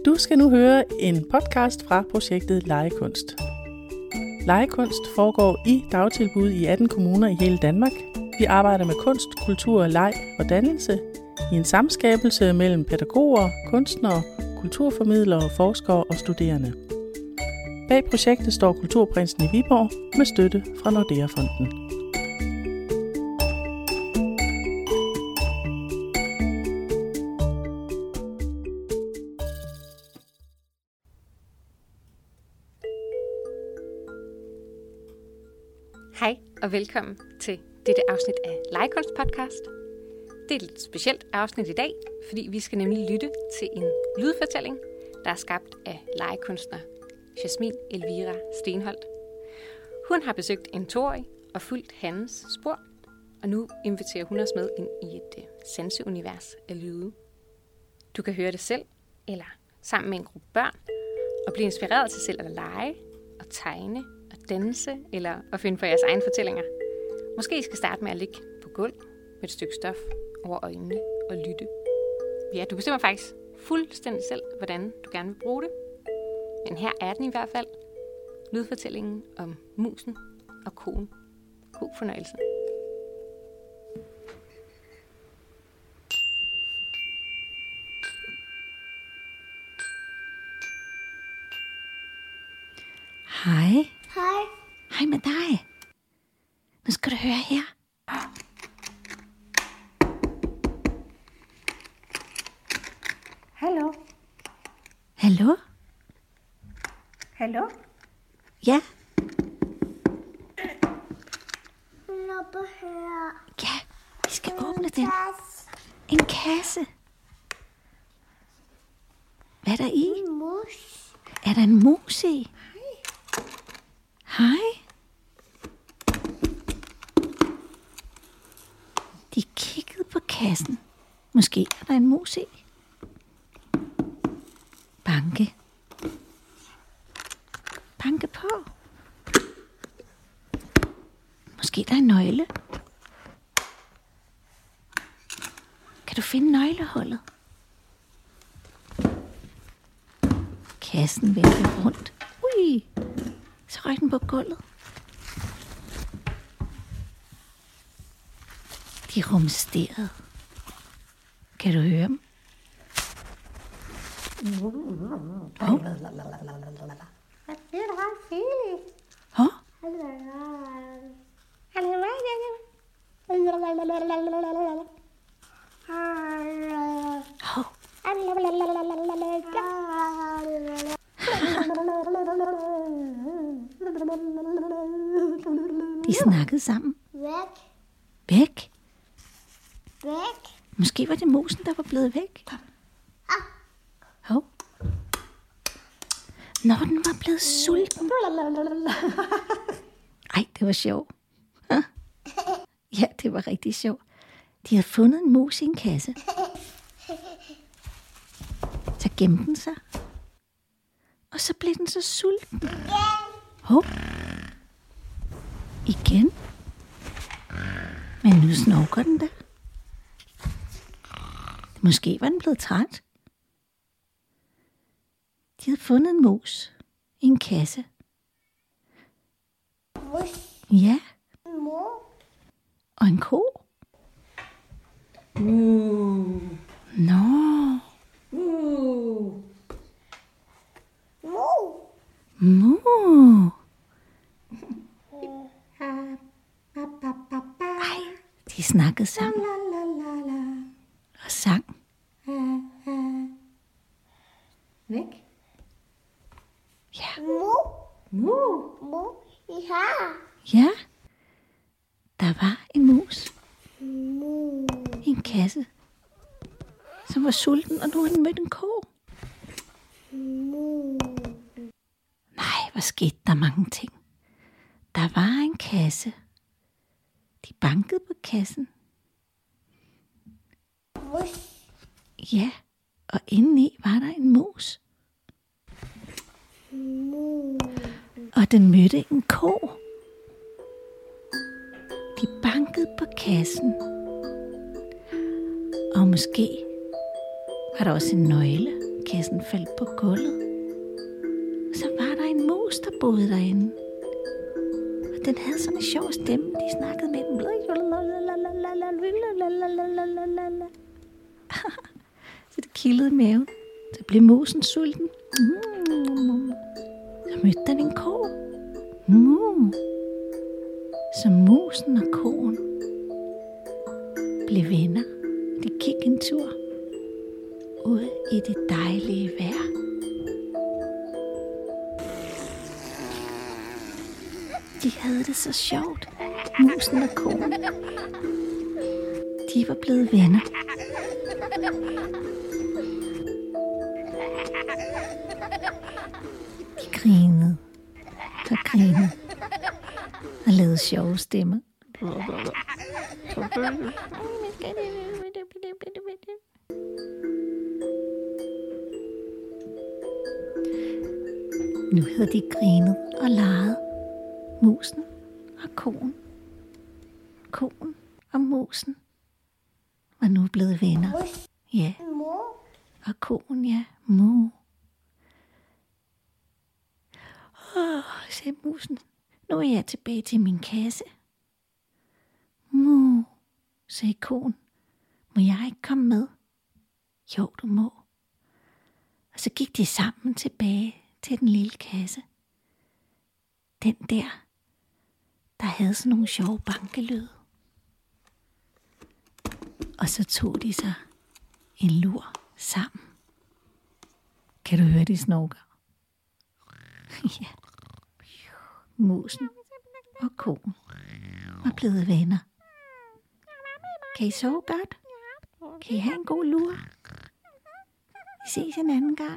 Du skal nu høre en podcast fra projektet Legekunst. Legekunst foregår i dagtilbud i 18 kommuner i hele Danmark. Vi arbejder med kunst, kultur, leg og dannelse i en samskabelse mellem pædagoger, kunstnere, kulturformidlere, forskere og studerende. Bag projektet står Kulturprinsen i Viborg med støtte fra Nordea-fonden. Hej og velkommen til dette afsnit af Legekunst podcast. Det er et lidt specielt afsnit i dag, fordi vi skal nemlig lytte til en lydfortælling, der er skabt af legekunstner Jasmin Elvira Stenholt. Hun har besøgt en 2-årig og fulgt hans spor, og nu inviterer hun os med ind i et sanseunivers af lyde. Du kan høre det selv, eller sammen med en gruppe børn, og blive inspireret til selv at lege og tegne og danse, eller at finde på jeres egne fortællinger. Måske I skal starte med at ligge på gulv med et stykke stof over øjnene og lytte. Ja, du bestemmer faktisk fuldstændig selv, hvordan du gerne vil bruge det. Men her er den i hvert fald. Lydfortællingen om musen og koen. God fornøjelse. Hej. Hej. Hej med dig. Nu skal du høre her. Hallo. Hallo? Hallo. Ja? Lad mig høre. Ja, vi skal åbne den. En kasse. Hvad er der i? En mus. Er der en mus i? Hej. De kiggede på kassen. Måske er der en mus i. Banke. Banke på. Måske der er en nøgle. Kan du finde nøglehullet? Kassen vendte rundt. Ui! Så røg den på gulvet. De rumsterede. Kan du høre dem? Hov. Hvad siger du her, Fili? Hov. Hov. De snakkede sammen. Væk. Væk? Væk. Måske var det musen, der var blevet væk. Hov. Når den var blevet sulten. Ej, det var sjovt. Ja, det var rigtig sjovt. De havde fundet en mus i en kasse. Så gemte den sig. Og så blev den så sulten. Hov. Igen. Men nu snorker den da. Måske var den blevet træt. De havde fundet en mus i en kasse. Mus. Ja, Mor. og en ko. Nå. Mu. Mu. Ej, de snakkede sammen og sang. Væk. Ja. Mu. Ja. Ja, der var en mus Mu. i en kasse, som var sulten, og nu har den mødt en ko. Mu. Nej, hvor skete der mange ting. Der var en kasse. De bankede på kassen. Mus. Ja, og indeni var der en mus. Mu. Og den mødte en ko. De bankede på kassen. Og måske var der også en nøgle kassen faldt på gulvet. Så var der en mus, der boede derinde. Og den havde sådan en sjov stemme. De snakkede med den. Så det kildede i maven. Så blev musen sulten. Så mødte den en ko. Så musen og koen blev venner. De gik en tur ud i det dejlige vejr. De havde det så sjovt, musen og koen. De var blevet venner. De grinede og grinede og lavede sjove stemmer. Nu havde de grinet og leget, musen og koen. Koen og musen var nu blevet venner. Ja, og koen, ja, Mo. Sagde musen, nu er jeg tilbage til min kasse. Mo, sagde koen, må jeg ikke komme med? Jo, du må. Og så gik de sammen tilbage til den lille kasse. Den der havde sådan nogle sjove bankelyde. Og så tog de sig en lur sammen. Kan du høre, de snorker? Ja. Musen og koen var blevet venner. Kan I sove godt? Kan I have en god lur? Vi ses en anden gang.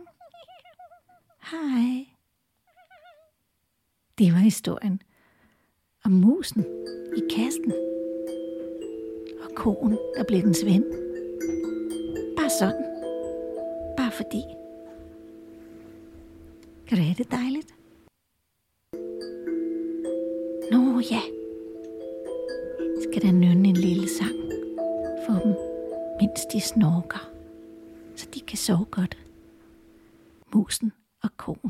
Hej. Det var historien om musen i kassen og koen, der blev dens ven. Bare sådan. Bare fordi. Kan du have det dejligt? Nå ja. Skal der nynne en lille sang for dem, mens de snorker, så de kan sove godt. Musen og koen.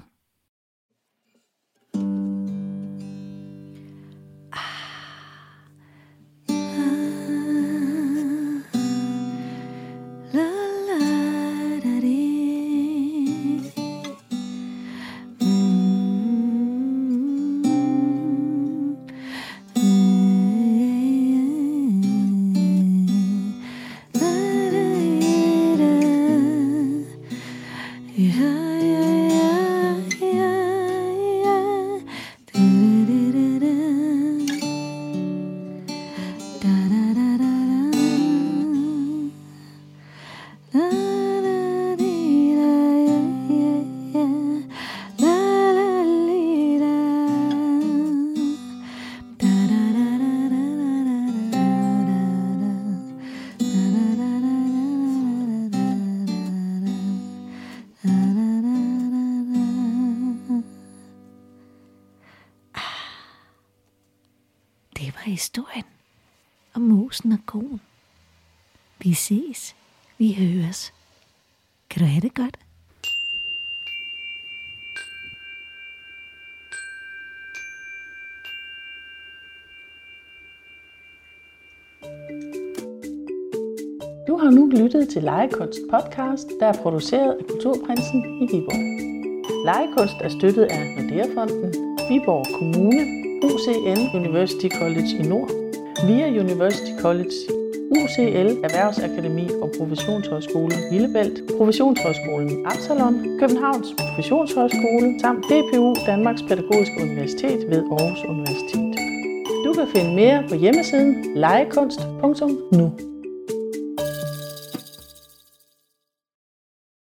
Det var historien om musen og koen. Vi ses. Vi høres. Kan du have det godt? Du har nu lyttet til Legekunst podcast, der er produceret af Kulturprinsen i Viborg. Legekunst er støttet af Nordea-fonden, Viborg Kommune, UCL University College i Nord, VIA University College, UCL Erhvervsakademi og Professionshøjskolen Lillebælt, Professionshøjskolen Absalon, Københavns Professionshøjskole samt DPU Danmarks Pædagogiske Universitet ved Aarhus Universitet. Du kan finde mere på hjemmesiden legekunst.nu.